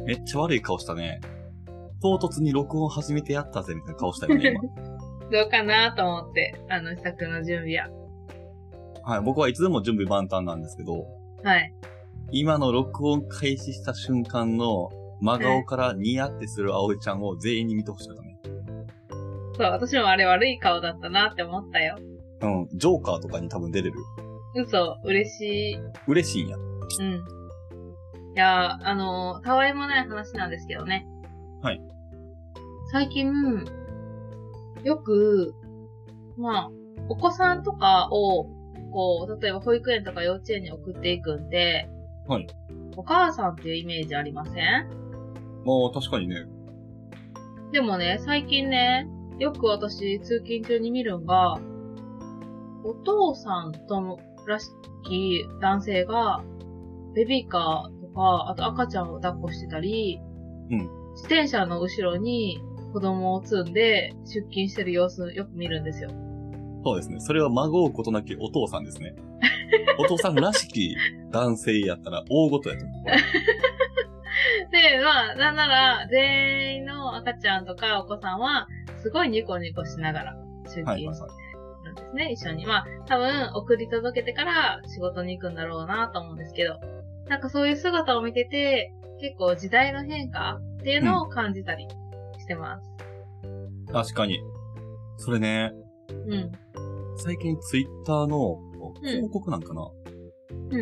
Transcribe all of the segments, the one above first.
めっちゃ悪い顔したね。唐突に録音始めてやったぜみたいな顔したよね、今。 どうかなと思って、試作の準備は。 はい、僕はいつでも準備万端なんですけど、 はい。 今の録音開始した瞬間の真顔からニヤってする葵ちゃんを全員に見てほしかったね。 そう、私もあれ悪い顔だったなって思ったよ。 うん、ジョーカーとかに多分出れる。 嘘、嬉しい。 嬉しいんや。 うん。いや、たわいもない話なんですけどね。 はい。 最近、よく、まあ、お子さんとかを、こう、例えば保育園とか幼稚園に送っていくんで、 はい。 お母さんっていうイメージありません？ まあ、確かにね。 でもね、最近ね、よく私通勤中に見るんが、お父さんとらしき男性が、ベビーカーとか、あと赤ちゃんを抱っこしてたり、 うん。 自転車の後ろに子供を積んで出勤してる様子よく見るんですよ。 そうですね。それは孫うことなきお父さんですね。お父さんらしき男性やったら大事やと思う。 で、まあ、なんなら、全員の赤ちゃんとかお子さんは、すごいニコニコしながら出勤してるんですね、一緒に。まあ、多分、送り届けてから仕事に行くんだろうなと思うんですけど、なんかそういう姿を見てて、結構時代の変化っていうのを感じたりしてます。 確かに。それね、 うん。 最近ツイッターの広告なんかな、 うん。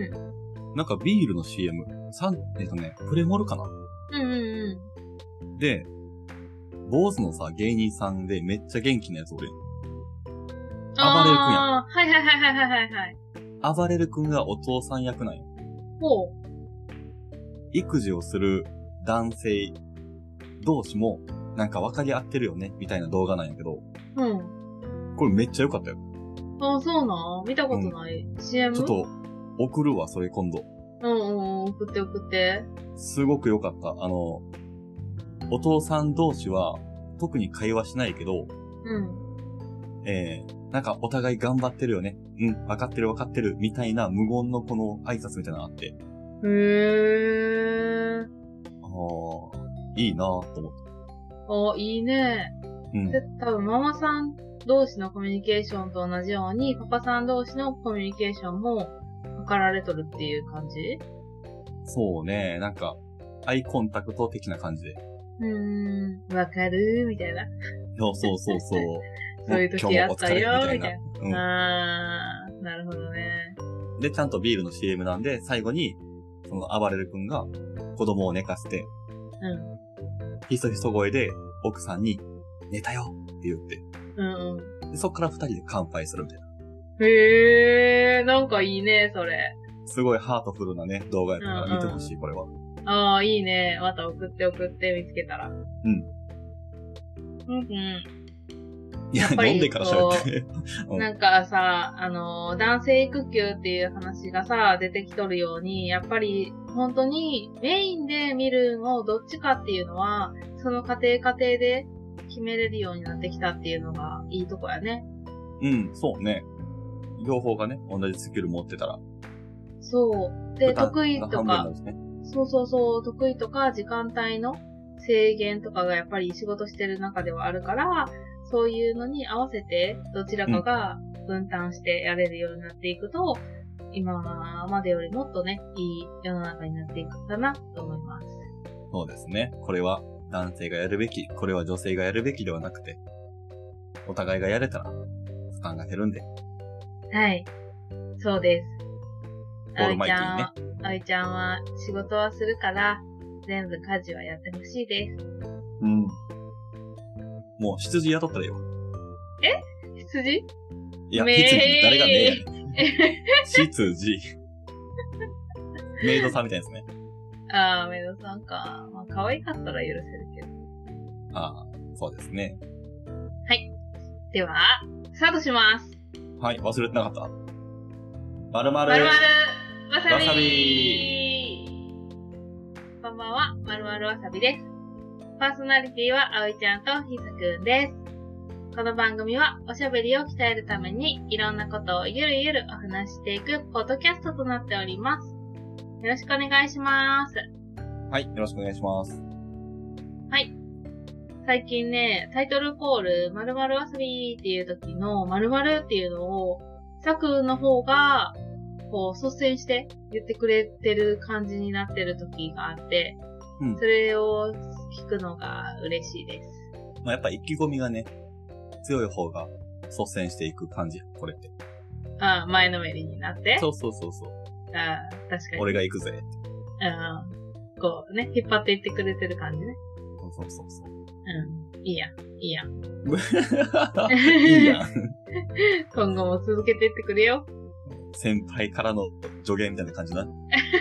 なんかビールの CM、プレモルかな、 うんうんうん。 で、坊主のさ、芸人さんでめっちゃ元気なやつおるやん。暴れるくんやん。 はいはいはいはいはいはい。 暴れるくんがお父さん役なんよ。 ほう。 育児をする男性同士もなんか分かり合ってるよね、みたいな動画なんやけど。 うん。 これめっちゃ良かったよ。 あ、そうなん？見たことない。CM？ ちょっと送るわ、それ今度。 うんうん、送って送って。 すごく良かった。お父さん同士は特に会話しないけど、 うん。 なんかお互い頑張ってるよね。うん、分かってる分かってる。みたいな無言のこの挨拶みたいなのがあって。 へー。 いいなぁと思って。 いいね。 うん。 で、多分ママさん同士のコミュニケーションと同じように、パパさん同士のコミュニケーションも図られとるっていう感じ？ そうね。なんか、アイコンタクト的な感じで。 わかるみたいな。 そうそうそうそう。 そういう時あったよみたいな。 なるほどね。 で、ちゃんとビールの CM なんで、最後に、その暴れる君が子供を寝かせて、ひそひそ声で奥さんに、寝たよって言って。でそっから二人で乾杯するみたいな。 へー、なんかいいね、それ。 すごいハートフルなね、動画やから見てほしい、これは。 ああ、いいね。また送って見つけたら。 いや、飲んでから喋って。 なんかさ、男性育休っていう話がさ、出てきとるように、やっぱり、本当にメインで見るのをどっちかっていうのは、その家庭で決めれるようになってきたっていうのがいいとこやね。 そうね。両方がね、同じスキル持ってたら。 そう。で、得意とか、得意とか時間帯の制限とかがやっぱり仕事してる中ではあるから、そういうのに合わせてどちらかが分担してやれるようになっていくと、今までよりもっとね、いい世の中になっていくかなと思います。 そうですね。これは男性がやるべき、これは女性がやるべきではなくて、お互いがやれたら負担が減るんで。 はい。そうです。 オールマイティーね。 あいちゃんは仕事はするから、全部家事はやってほしいです。 もう羊雇ったらよ。 羊？ いや、羊、誰がメイやねん。羊。メイドさんみたいですね。 メイドさんか。まあ、可愛かったら許せるけど。 そうですね。 はい。では、スタートします。 はい、忘れてなかった。まるまるわさびこんばんは、まるまるわさびです。パーソナリティはあおいちゃんとひさくんです。この番組はおしゃべりを鍛えるためにいろんなことをゆるゆるお話していくポッドキャストとなっております。よろしくお願いします。 はい、よろしくお願いします。 はい。最近ね、タイトルコール、〇〇遊びっていう時の〇〇っていうのを、サクの方が、こう、率先して言ってくれてる感じになってる時があって、うん、それを聞くのが嬉しいです。 まあ、やっぱ意気込みがね、強い方が率先していく感じ、これって。 ああ、前のめりになって。 そうそうそうそう。 ああ、確かに。 俺が行くぜって。 こうね、引っ張っていってくれてる感じね。 そうそうそう。 うん。いいやん。いいやん。 いいやん。 今後も続けていってくれよ。 先輩からの助言みたいな感じな。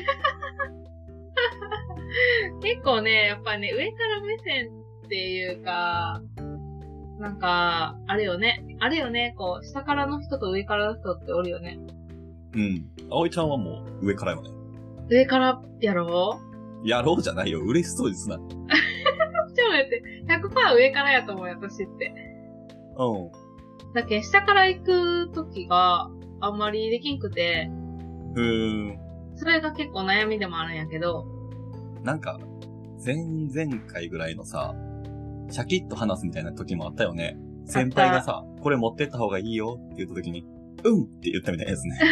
結構ね、やっぱね、上から目線っていうか、なんか、あれよね、こう、下からの人と上からの人っておるよね。 うん。葵ちゃんはもう上からよね。 上からやろうやろうじゃないよ。嬉しそうですな。 ちょっと待って、100% 上からやと思うよ、私って。 うん。 だけど、下から行くときがあんまりできんくて。それが結構悩みでもあるんやけど。 なんか、前々回ぐらいのさ、シャキッと話すみたいな時もあったよね。先輩がさ、これ持ってった方がいいよって言った時に、うんって言ったみたいなやつね。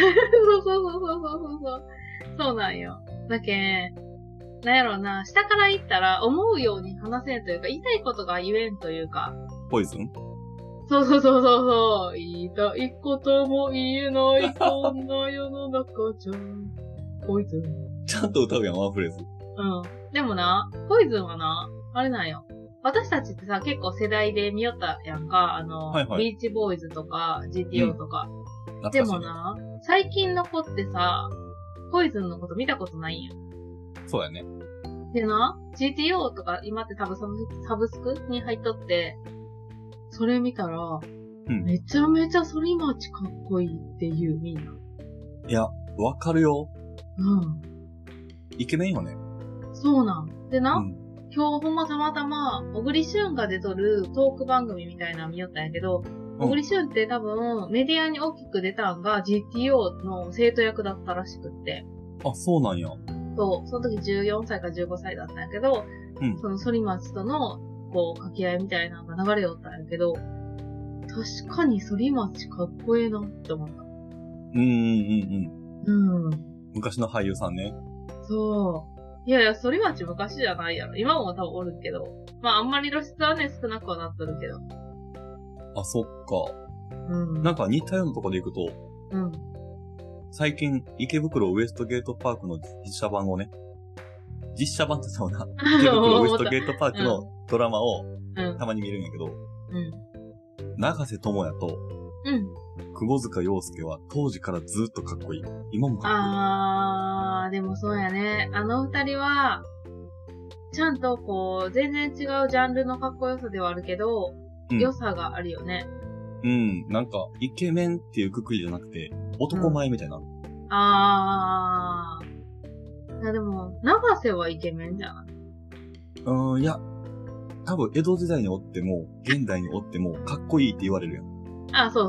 そうなんよ。だけなんやろうな、下から行ったら思うように話せんというか、言いたいことが言えんというか。 ポイズン？ そう。言いたいことも言えないこんな世の中じゃん。ポイズン。 ちゃんと歌うやん、ワンフレーズ。 うん。でもな、ポイズンはな、あれなんよ。私たちってさ、結構世代で見よったやんか。はいはい、ビーチボーイズとか、GTO とか。うん、でもな、最近の子ってさ、ポイズンのこと見たことないんよ。 そうやね。 でな、GTO とか今って多分サブスクに入っとって、それ見たら、うん、めちゃめちゃ反町かっこいいっていうみんな。 いや、わかるよ。 うん。 イケメンよね。 そうなん。でな、うん、今日ほんまたまたま、小栗旬が出とるトーク番組みたいなの見よったんやけど、小栗旬って多分メディアに大きく出たんが GTO の生徒役だったらしくって。 あ、そうなんや。 そう、その時14歳か15歳だったんやけど、うん、その反町とのこう掛け合いみたいなのが流れよったんやけど、確かに反町かっこええなって思った。うん。 昔の俳優さんね。 そう。いや、反町昔じゃないやろ。今も多分おるけど。まああんまり露出はね、少なくはなっとるけど。 あ、そっか。うん。なんか似たようなとこで行くと、うん。最近、池袋ウエストゲートパークの実写版をね、実写版ってちゃうな。池袋ウエストゲートパークのドラマをたまに見るんやけど、うん。長瀬智也と、うん。窪塚洋介は当時からずっとかっこいい。今もかっこいい。でもそうやね。あの二人は、ちゃんとこう、全然違うジャンルのかっこよさではあるけど、うん、良さがあるよね。 うん。なんか、イケメンっていうくくりじゃなくて、男前みたいな。 いやでも、長瀬はイケメンじゃない？ いや、多分江戸時代におっても、現代におっても、かっこいいって言われるやん。 そう。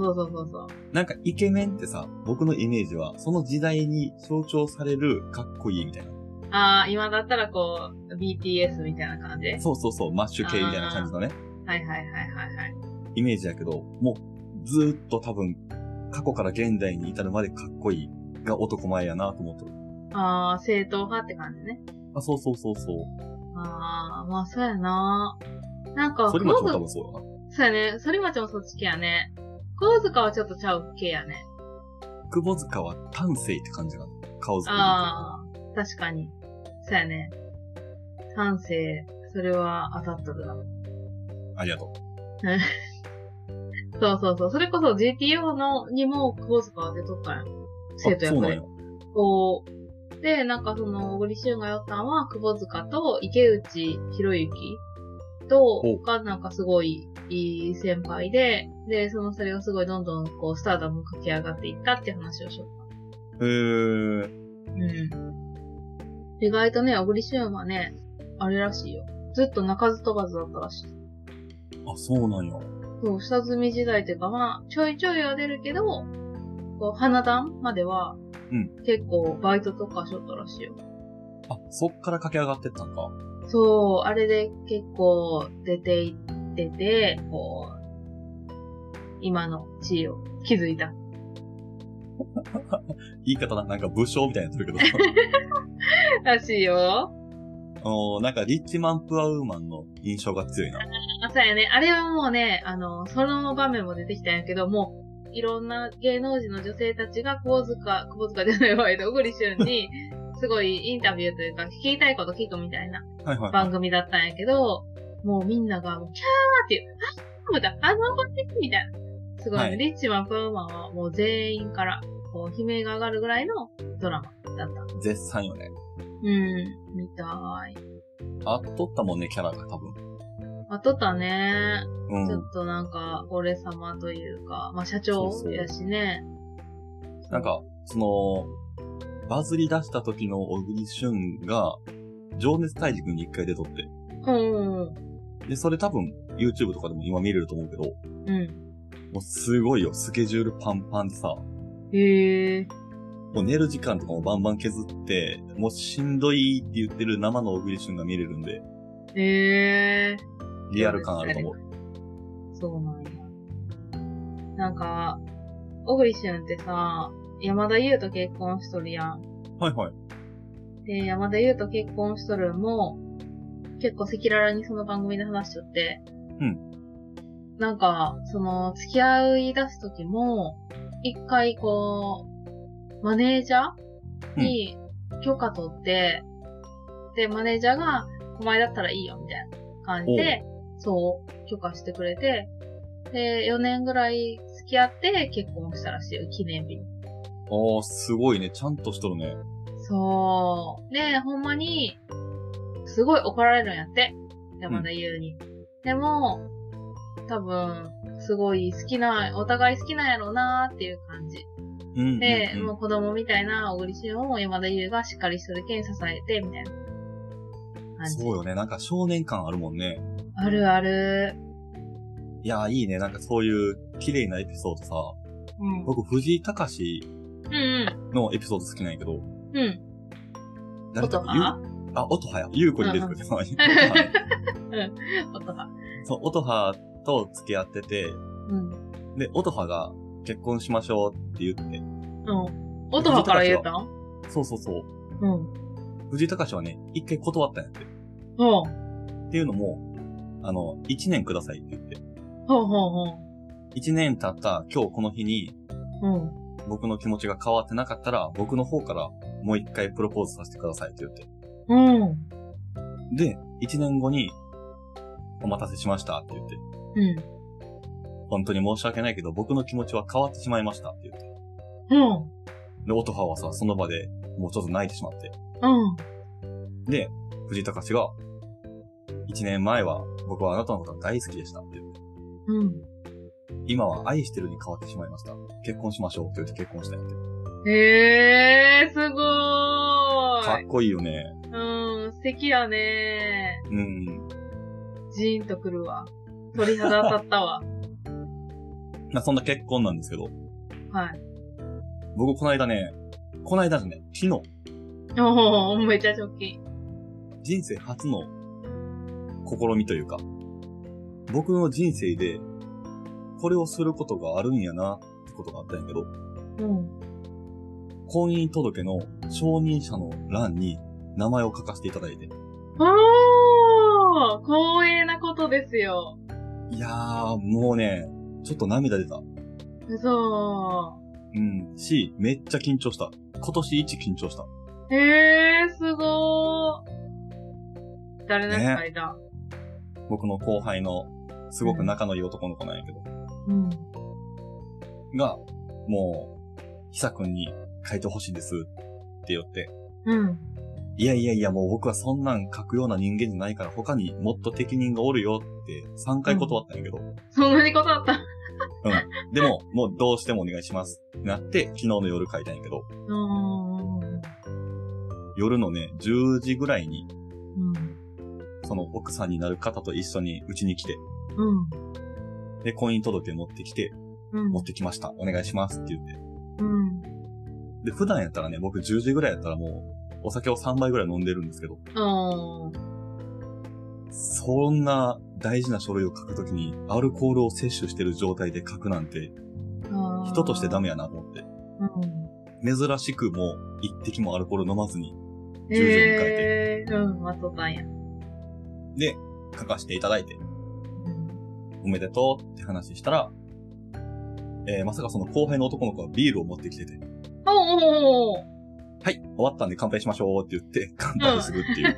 なんかイケメンってさ、僕のイメージは、その時代に象徴されるかっこいいみたいな。今だったらこう、BTS みたいな感じ？ そう、マッシュ系みたいな感じのね。 はい。 イメージやけど、もう、ずーっと多分、過去から現代に至るまでかっこいいが男前やなと思ってる。 正統派って感じね。 そう。 まあそうやな。なんか、 反町も多分そうやな。 そうやね。反町もそっち系やね。窪塚はちょっとちゃう系やね。 窪塚は丹精って感じが、顔作り。 確かに。そうやね。丹精、それは当たっとるな。 ありがとう。 そう。それこそ GTO にも窪塚は出とったんや。生徒役で。 そうなんや。 で、なんかその、小栗旬がやったんは、窪塚と池内博之と、がなんかすごいいい先輩で、それがすごいどんどんこう、スターダム駆け上がっていったっていう話をしよった。うん。意外とね、小栗旬はね、あれらしいよ。ずっと鳴かず飛ばずだったらしい。 そうなんや。 そう、下積み時代っていうか、まあ、ちょいちょいは出るけど、こう、花壇までは、結構バイトとかしよったらしいよ。 あ、そっから駆け上がってったんか。 そう、あれで結構出ていってて、こう、今の地位を築いた。 言い方なんか武将みたいになってるけど。 らしいよ。 なんかリッチマンプアウーマンの印象が強いな。 あ、そうやね。あれはもうね、その場面も出てきたんやけど、もう、いろんな芸能人の女性たちが窪塚じゃないわ、小栗旬に、すごいインタビューというか、聞きたいこと聞くみたいな番組だったんやけど、もうみんなが、キャーっていう、あ、だ、みたいな。すごい、ね、リッチマンプアウーマンはもう全員から、こう、悲鳴が上がるぐらいのドラマだった。 絶賛よね。 うん、みたい。 あっとったもんね、キャラが多分。 あっとったね。 うん。 ちょっとなんか、俺様というか、まあ社長やしね。 そうなんか、バズり出した時の小栗旬が、情熱大陸に一回出とって。 うん。 で、それ多分、YouTube とかでも今見れると思うけど。 うん。 もうすごいよ、スケジュールパンパンでさ。 へえ。 もう寝る時間とかもバンバン削って、もうしんどいって言ってる生の小栗旬が見れるんで。 へえ。 リアル感あると思う。 そうなんや。なんか、小栗旬ってさ、山田優と結婚しとるやん。 はいはい。 で、山田優と結婚しとるも、結構赤裸々にその番組で話しとって。 うん。 なんか、付き合い出すときも、一回こう、マネージャーに許可取って、で、マネージャーが、お前だったらいいよ、みたいな感じで、そう、許可してくれて、で、4年ぐらい付き合って結婚したらしいよ、記念日に。 ああ、すごいね。ちゃんとしとるね。 そう。で、ほんまに、すごい怒られるんやって。山田優に。でも、多分、すごいお互い好きなんやろうなーっていう感じ。で、もう子供みたいな小栗旬を山田優がしっかりするけん支えて、みたいな感じ。 そうよね。なんか少年感あるもんね。 あるある。 いやー、いいね。なんかそういう綺麗なエピソードさ。うん。僕、藤井隆のエピソード好きなんやけど。 うん。 誰だっけ？音羽や。ゆうこに出てくる。うん、 音羽。 そう、音羽と付き合ってて、うん。で、音羽が結婚しましょうって言って。うん。 音羽から言うたん？ そうそうそう。うん。藤井隆はね、一回断ったんやって。うん。っていうのも、1年くださいって言って。 ほうほうほう。 1年経った今日この日に、うん。僕の気持ちが変わってなかったら、僕の方からもう一回プロポーズさせてくださいって言って。うん。で、1年後に、お待たせしましたって言って。うん。本当に申し訳ないけど、僕の気持ちは変わってしまいましたって言って。うん。で、音羽はさ、その場でもうちょっと泣いてしまって。うん。で、藤井隆が、1年前は僕はあなたのことが大好きでしたって言って。うん。今は愛してるに変わってしまいました。結婚しましょうって言って結婚したんやって。 へー、すごーい。 かっこいいよね。 うん、素敵やねー。うん。 ジーンとくるわ。鳥肌当たったわ。 そんな結婚なんですけど。 はい。 僕この間じゃね、昨日。 おー、めちゃ直近。 人生初の試みというか、僕の人生で、これをすることがあるんやな、ってことがあったんやけど、うん。婚姻届の承認者の欄に名前を書かせていただいて。 光栄なことですよ。 いやー、もうね、ちょっと涙出た。 嘘。 うん。めっちゃ緊張した。今年一緊張した。 すごー。誰の書いた？ 僕の後輩の、すごく仲のいい男の子なんやけど。うん。が、もう、久くんに書いてほしいですって言って。うん。いや、もう僕はそんなん書くような人間じゃないから他にもっと適任がおるよって3回断ったんやけど。 そんなに断った？ うん。でも、もうどうしてもお願いしますってなって、昨日の夜書いたんやけど。夜のね、10時ぐらいに、うん、その奥さんになる方と一緒にうちに来て、うん、で、婚姻届持ってきて、うん、持ってきました。お願いしますって言って。うん、で、普段やったらね、僕10時ぐらいやったらもう、 お酒を3杯ぐらい飲んでるんですけど、 うん。 そんな大事な書類を書くときにアルコールを摂取してる状態で書くなんて、人としてダメやなと思って。珍しくも一滴もアルコール飲まずに、10時を迎えて。 待っとったんや。 で、書かせていただいて、おめでとうって話したら、まさかその後輩の男の子はビールを持ってきてて、 おーはい、終わったんで乾杯しましょうって言って乾杯するっていう。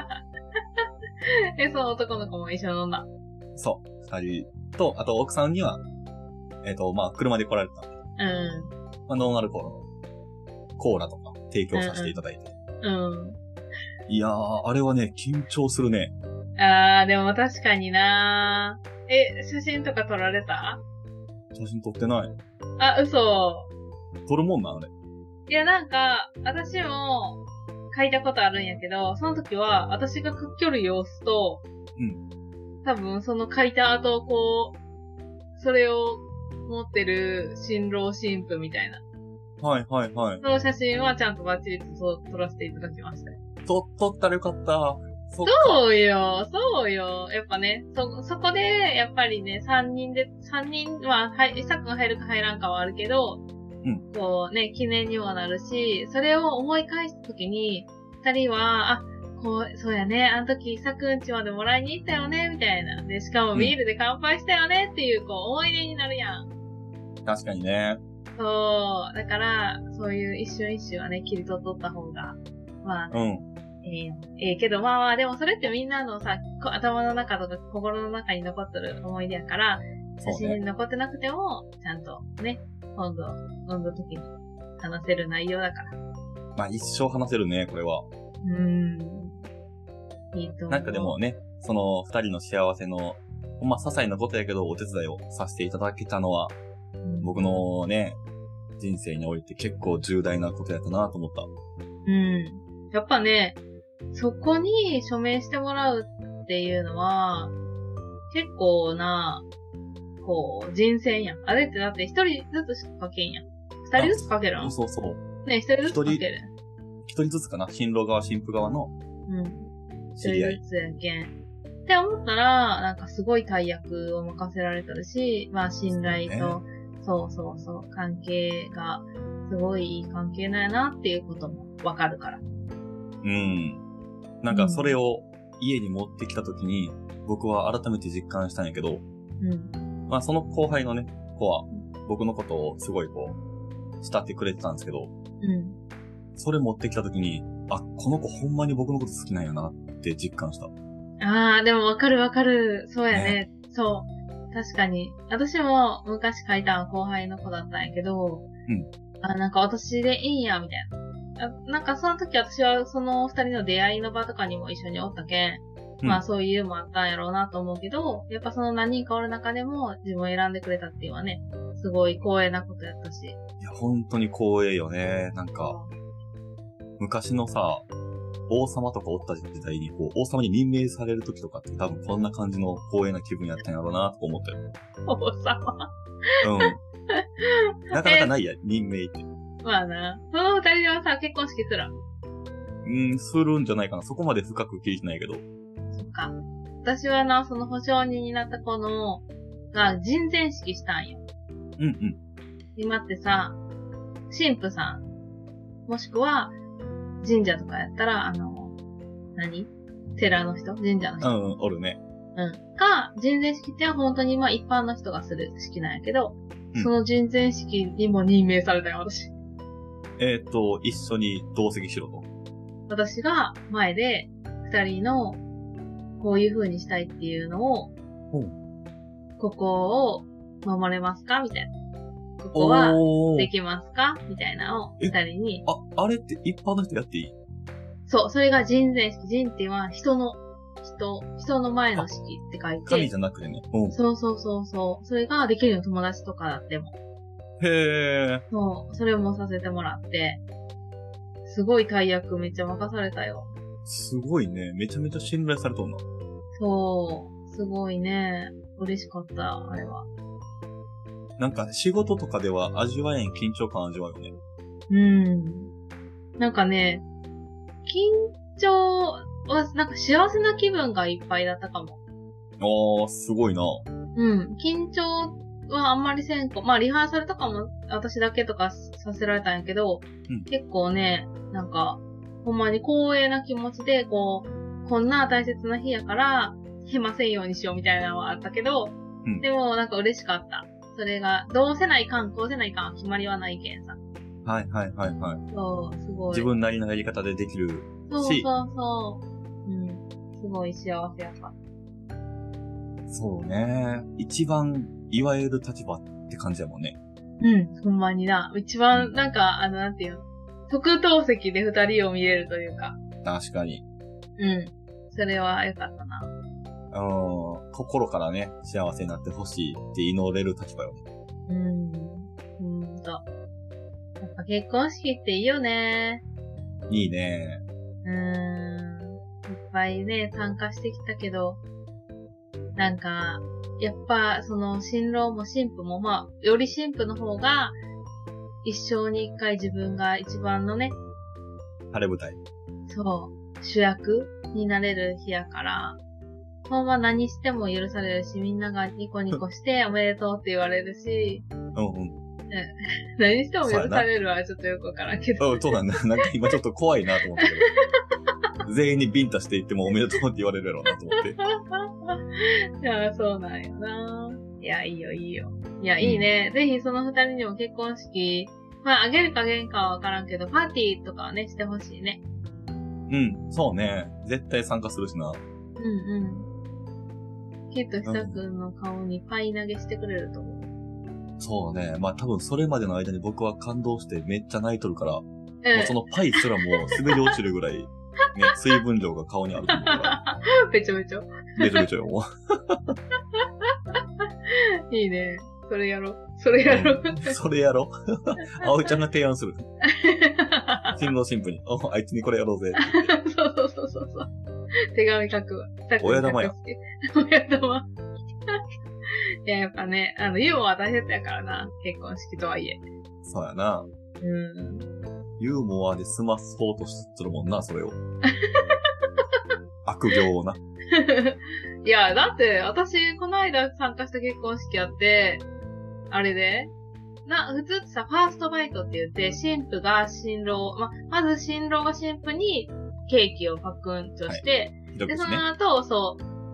その男の子も一緒に飲んだ。 そう。二人と、あと奥さんには、まあ、車で来られたんで。まあ、ノンアルコールのコーラとか提供させていただいて。いやー、あれはね、緊張するね。 でも確かになー。写真とか撮られた？ 写真撮ってない。 嘘。 撮るもんな、あれ。 いや、なんか、私も書いたことあるんやけど、その時は私が書きよる様子と、多分その書いた後、こう、それを持ってる新郎新婦みたいな。 はいはいはい。 その写真はちゃんとバッチリと撮らせていただきました。 撮ったらよかった。 そうよ。やっぱね、そこで、やっぱりね、3人は、イサ君入るか入らんかはあるけど、こうね、記念にもなるし、それを思い返したときに、2人は、そうやね、あの時、イサ君家までもらいに行ったよね、みたいな。で、しかもビールで乾杯したよね、っていう、思い出になるやん。 確かにね。 そう。だから、そういう一瞬一瞬はね、切り取っとった方が、まあ、けど、まあ、でもそれってみんなのさ、頭の中とか心の中に残ってる思い出やから、写真に残ってなくても、ちゃんとね、今度飲んだ時に話せる内容だから。 まあ一生話せるね、これは。 いいと思う。 なんかでもね、その二人の幸せの、まあ些細なことやけどお手伝いをさせていただけたのは、僕のね、人生において結構重大なことやったなと思った。 やっぱね、そこに署名してもらうっていうのは、結構な、人選やん。あれってだって一人ずつしか書けんやん。二人ずつ書けるん？ そう。 ね、一人ずつ書ける。 一人ずつかな。新郎側、新婦側の。知り合い。 一人ずつやけん。って思ったら、なんかすごい大役を任せられてるし、まあ信頼と、そう、関係が、すごいいい関係なんやなっていうこともわかるから。 なんかそれを家に持ってきたときに、僕は改めて実感したんやけど、まあその後輩のね、子は、僕のことをすごい慕ってくれてたんですけど、それ持ってきたときに、この子ほんまに僕のこと好きなんやなって実感した。 でもわかる。そうやね。そう。確かに。私も昔書いた後輩の子だったんやけど、なんか私でいいんや、みたいな。なんかその時私はその二人の出会いの場とかにも一緒におったけん、まあそういうもあったんやろうなと思うけど、やっぱその何人かおる中でも自分を選んでくれたっていうのはね、すごい光栄なことやったし。 いや、本当に光栄よね。なんか、昔のさ、王様とかおった時代に、王様に任命される時とかって多分こんな感じの光栄な気分やったんやろうなと思ったよ。 王様なかなかないや、任命って。 まあな。その二人はさ、結婚式するするんじゃないかな。そこまで深く聞いてないけど。 そっか。私はな、その保証人になった子が人前式したんよ。今ってさ、神父さん、もしくは、神社とかやったら、寺の人神社の人。 おるね。 人前式っては本当にまあ一般の人がする式なんやけど、その人前式にも任命されたよ、私。 一緒に同席しろと。 私が前で、二人の、こういう風にしたいっていうのを、ここを守れますかみたいな。ここはできますかみたいなのを二人に。 あれって一般の人やっていい？ そう、それが人前式。人っていうのは人の前の式って書いて。 神じゃなくてね。 そう。それができるよ、友達とかでも。 へー。 そう、それもさせてもらって、すごい大役めっちゃ任されたよ。 すごいね。めちゃめちゃ信頼されとんな。 そう、すごいね。嬉しかった、あれは。 なんか仕事とかでは味わえん緊張感味わうよね。 なんかね、 緊張は、なんか幸せな気分がいっぱいだったかも。 すごいな。 うん。緊張はあんまりせんこ。まあ、リハーサルとかも私だけとかさせられたんやけど、結構ね、なんか、ほんまに光栄な気持ちで、こんな大切な日やから、へませんようにしようみたいなのはあったけど、でもなんか嬉しかった。それが、どうせないかん、こうせないかん、決まりはないけんさ。 はい。 そう、すごい。 自分なりのやり方でできるし。 そう。すごい幸せやった。 そうね。一番、いわゆる立場って感じやもんね。 ほんまにな。一番、なんか、なんていうの。特等席で二人を見れるというか。 確かに。 それは良かったな。 心からね、幸せになってほしいって祈れる立場よね。 やっぱ結婚式っていいよね。 いいね。 いっぱいね、参加してきたけど、なんか、やっぱ、その、新郎も新婦も、まあ、より新婦の方が、一生に一回自分が一番のね、 晴れ舞台。 そう、主役になれる日やから、ほんま何しても許されるし、みんながニコニコしておめでとうって言われるし、何しても許されるはちょっとよくわからんけど。 そうなんだ。なんか今ちょっと怖いなと思ったけど。全員にビンタしていってもおめでとうって言われるやろうなと思って。 いや、そうなんよな。いや、いいよ。いや、いいね。ぜひその二人にも結婚式、まあ、あげるかあげんかはわからんけど、パーティーとかはね、してほしいね。 そうね。絶対参加するしな。 きっと久くんの顔にパイ投げしてくれると思う。 そうね。まあ多分それまでの間に僕は感動してめっちゃ泣いとるから、もうそのパイすらも滑り落ちるぐらい、ね、水分量が顔にあると思うから。 べちょべちょ。 べちょべちょよ、もう。いいね。それやろ。 それやろ葵ちゃんが提案する。新郎新婦に、あいつにこれやろうぜって。 そう。手紙書くわ。 親玉や。 親玉。いや、やっぱね、ユーモア大切やからな。結婚式とはいえ。 そうやな。ユーモアで済まそうとするもんな、それを。悪行をな。 いや、だって、私、この間参加した結婚式やって、あれで、普通ってさ、ファーストバイトって言って、新婦が新郎、まず新郎が新婦にケーキをパクンとして、で、その後、そう、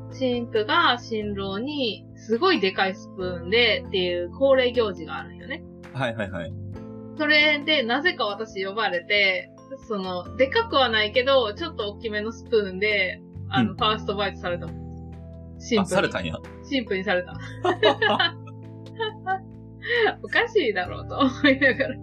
新婦が新郎にすごいでかいスプーンでっていう恒例行事があるんよね。 はい。 それで、なぜか私呼ばれて、でかくはないけど、ちょっと大きめのスプーンで、ファーストバイトされたもん。新婦に。 されたんや。 新婦にされた。おかしいだろうと思いながら。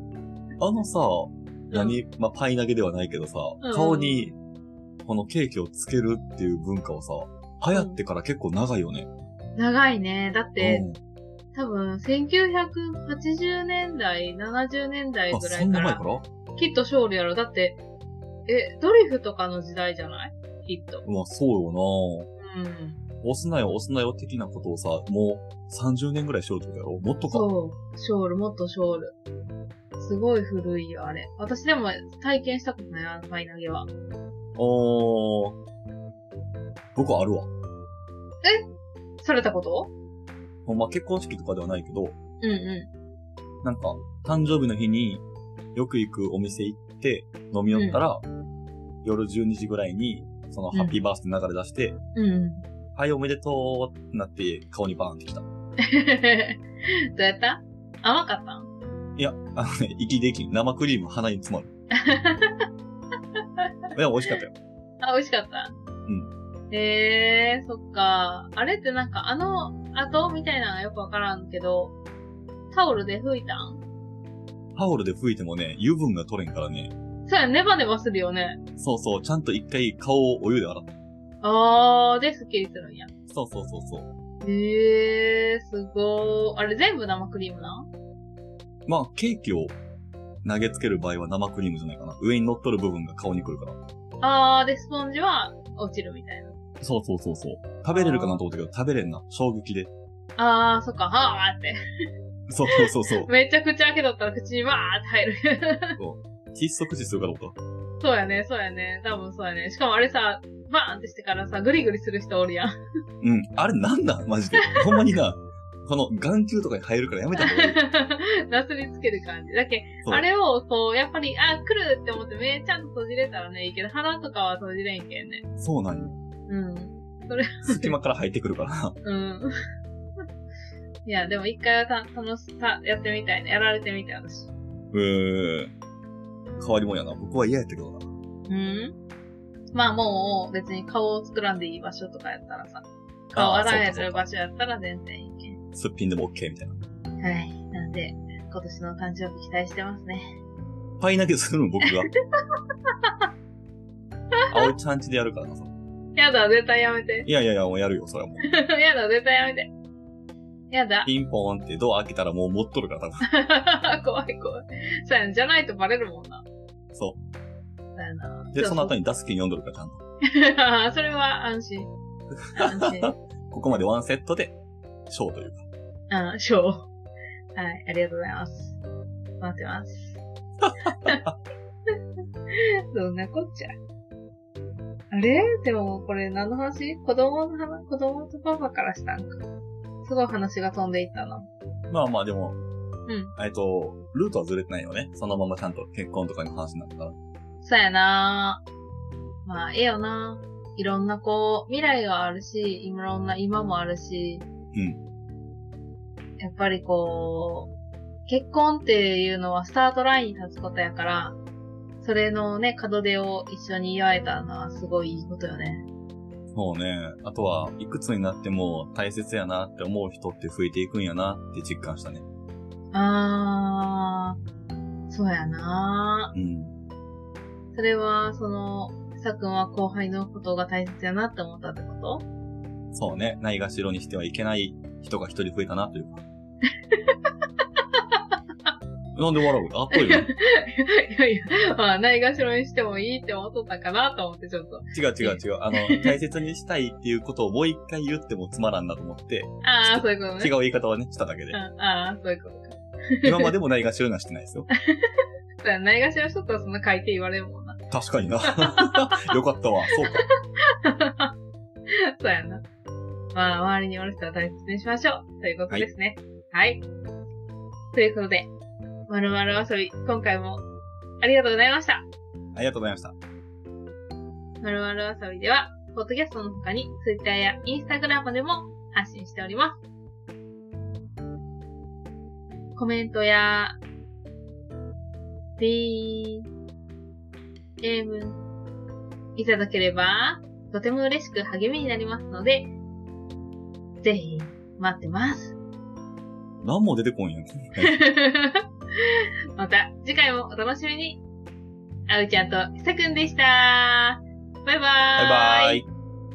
パイ投げではないけどさ、顔に、このケーキをつけるっていう文化はさ、流行ってから結構長いよね。 長いね。だって、多分、1980年代、70年代ぐらいから。 そんな前から？ きっと勝利やろ。だって、ドリフとかの時代じゃない？きっと。 まあ、そうよな。押すなよ的なことをさ、もう30年ぐらいしよるってことやろ？もっとか。 そう。もっと勝利。すごい古いよ、あれ。私でも体験したことない、パイ投げは。 僕あるわ。 されたこと？ ほんま結婚式とかではないけど、なんか、誕生日の日によく行くお店行って飲み寄ったら、夜12時ぐらいに、そのハッピーバースデー流れ出して、はい、おめでとうってなって顔にバーンってきた。 どうやった？甘かったん？ いや、息できん。生クリーム鼻に詰まる。でも美味しかったよ。 美味しかった？そっか。あれってなんか後みたいなのがよくわからんけど、タオルで拭いたん？ タオルで拭いてもね、油分が取れんからね。 そうや、ネバネバするよね。 そう、ちゃんと一回顔をお湯で洗った。 で、スッキリするんや。 そう。 すごー。あれ全部生クリームな？ まあ、ケーキを投げつける場合は生クリームじゃないかな。上に乗っとる部分が顔に来るから。 で、スポンジは落ちるみたいな。 そう。食べれるかなと思ったけど、食べれんな。衝撃で。 そっか、はーって。 そう。 めっちゃ口開けとったら口にわーって入る。 そう。窒息死するかどうか。 そうやね、そうやね。多分そうやね。しかもあれさ、バーンってしてからさ、グリグリする人おるやん。 うん。あれなんだマジで。ほんまにな、この眼球とかに入るからやめた方がいい。 なすりつける感じ。だけあれを、こう、やっぱり、あ、来るって思って目ちゃんと閉じれたらね、いいけど、鼻とかは閉じれんけんね。 そうなんよ。 うん。それ隙間から入ってくるからな。 うん。いや、でも一回は楽しさ、やってみたいね。やられてみたい、私。 変わりもんやな。僕は嫌やったけどな。 まあもう、別に顔を作らんでいい場所とかやったらさ、顔洗える場所やったら全然いいけん。 すっぴんでも OK みたいな。 はい。なんで、今年の誕生日期待してますね。 パイ投げするの僕が。葵ちゃんちでやるからな、それ。 やだ、絶対やめて。 いやいやいや、もうやるよ、それはもう。 やだ、絶対やめて。やだ。 ピンポーンってドア開けたらもう持っとるから、多分。 怖い怖い。そうやん、じゃないとバレるもんな。 そう。そうやな。 で、その後にダスキン読んどるから、ちゃんと。 それは安心。安心。 ここまでワンセットで、ショーというか。 ショー。はい、ありがとうございます。待ってます。どんなこっちゃ。あれでも、これ何の話？子供とパパからしたんか。すごい話が飛んでいったな。 まあまあでも、 うん。 ルートはずれてないよね。そのままちゃんと結婚とかの話になったから。 そうやな。まあ、ええよな。いろんな未来があるし、いろんな今もあるし。 うん。 やっぱり結婚っていうのはスタートラインに立つことやから、それのね、門出を一緒に祝えたのはすごいいいことよね。 そうね。あとは、いくつになっても大切やなって思う人って増えていくんやなって実感したね。 そうやな。 うん。 それは、さくんは後輩のことが大切やなって思ったってこと？ そうね。ないがしろにしてはいけない人が一人増えたなというか。なんで笑う？あっという。 いやいや、まあ、ないがしろにしてもいいって思っとったかなと思ってちょっと。 違う。大切にしたいっていうことをもう一回言ってもつまらんなと思って。 そういうことね。 違う言い方はね、しただけで。 そういうことか。 今までもないがしろにはしてないですよ。 そうや、ないがしろしとったらそんな書いて言われるもんな。 確かにな。よかったわ。そうか。 そうやな。まあ、周りにおる人は大切にしましょう。ということですね。はい。ということで、まるまる遊び、今回もありがとうございました。 ありがとうございました。 まるまる遊びでは、ポッドキャストの他に、Twitter や Instagram でも発信しております。コメントや、DM いただければ、とても嬉しく励みになりますので、ぜひ、待ってます。 何も出てこんやん。 また、次回もお楽しみに。あうちゃんとひさくんでした。バイバーイ。 バイバーイ。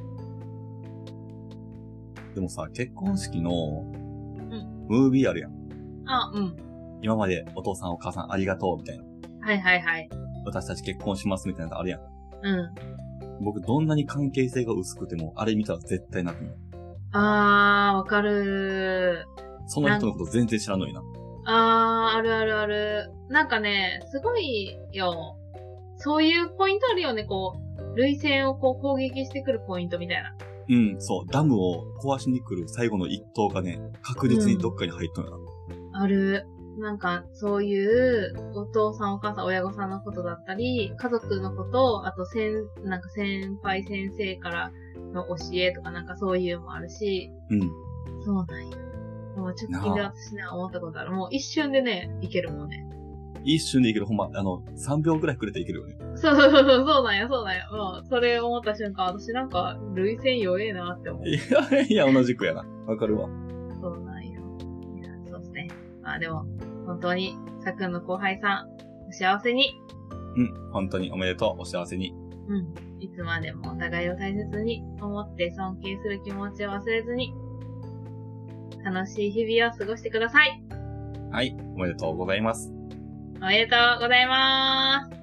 でもさ、結婚式の、ムービーあるやん。今までお父さんお母さんありがとうみたいな。 はいはいはい。 私たち結婚しますみたいなのあるやん。 うん。 僕どんなに関係性が薄くても、あれ見たら絶対泣くの。 わかるその人のこと全然知らんのにな。 あるあるある。なんかね、すごいよ。そういうポイントあるよね、涙腺を攻撃してくるポイントみたいな。 うん、そう。ダムを壊しに来る最後の一投がね、確実にどっかに入っとんやな。 ある。なんか、そういう、お父さんお母さん親御さんのことだったり、家族のこと、あとなんか先輩先生からの教えとかなんかそういうのもあるし。 うん。 そうなんや。もう直近で私ね、思ったことある。もう一瞬でね、いけるもんね。 一瞬でいける。ほんま、3秒くらいくれていけるよね。 そうなんや。もう、それ思った瞬間、私なんか、涙腺弱えなって思う。 いや、同じくやな。わかるわ。 そうなんよ。いや、そうですね。まあでも、本当に、さくんの後輩さん、お幸せに。 本当におめでとう。お幸せに。 いつまでもお互いを大切に思って尊敬する気持ちを忘れずに、楽しい日々を過ごしてください。 はい、おめでとうございます。 おめでとうございます。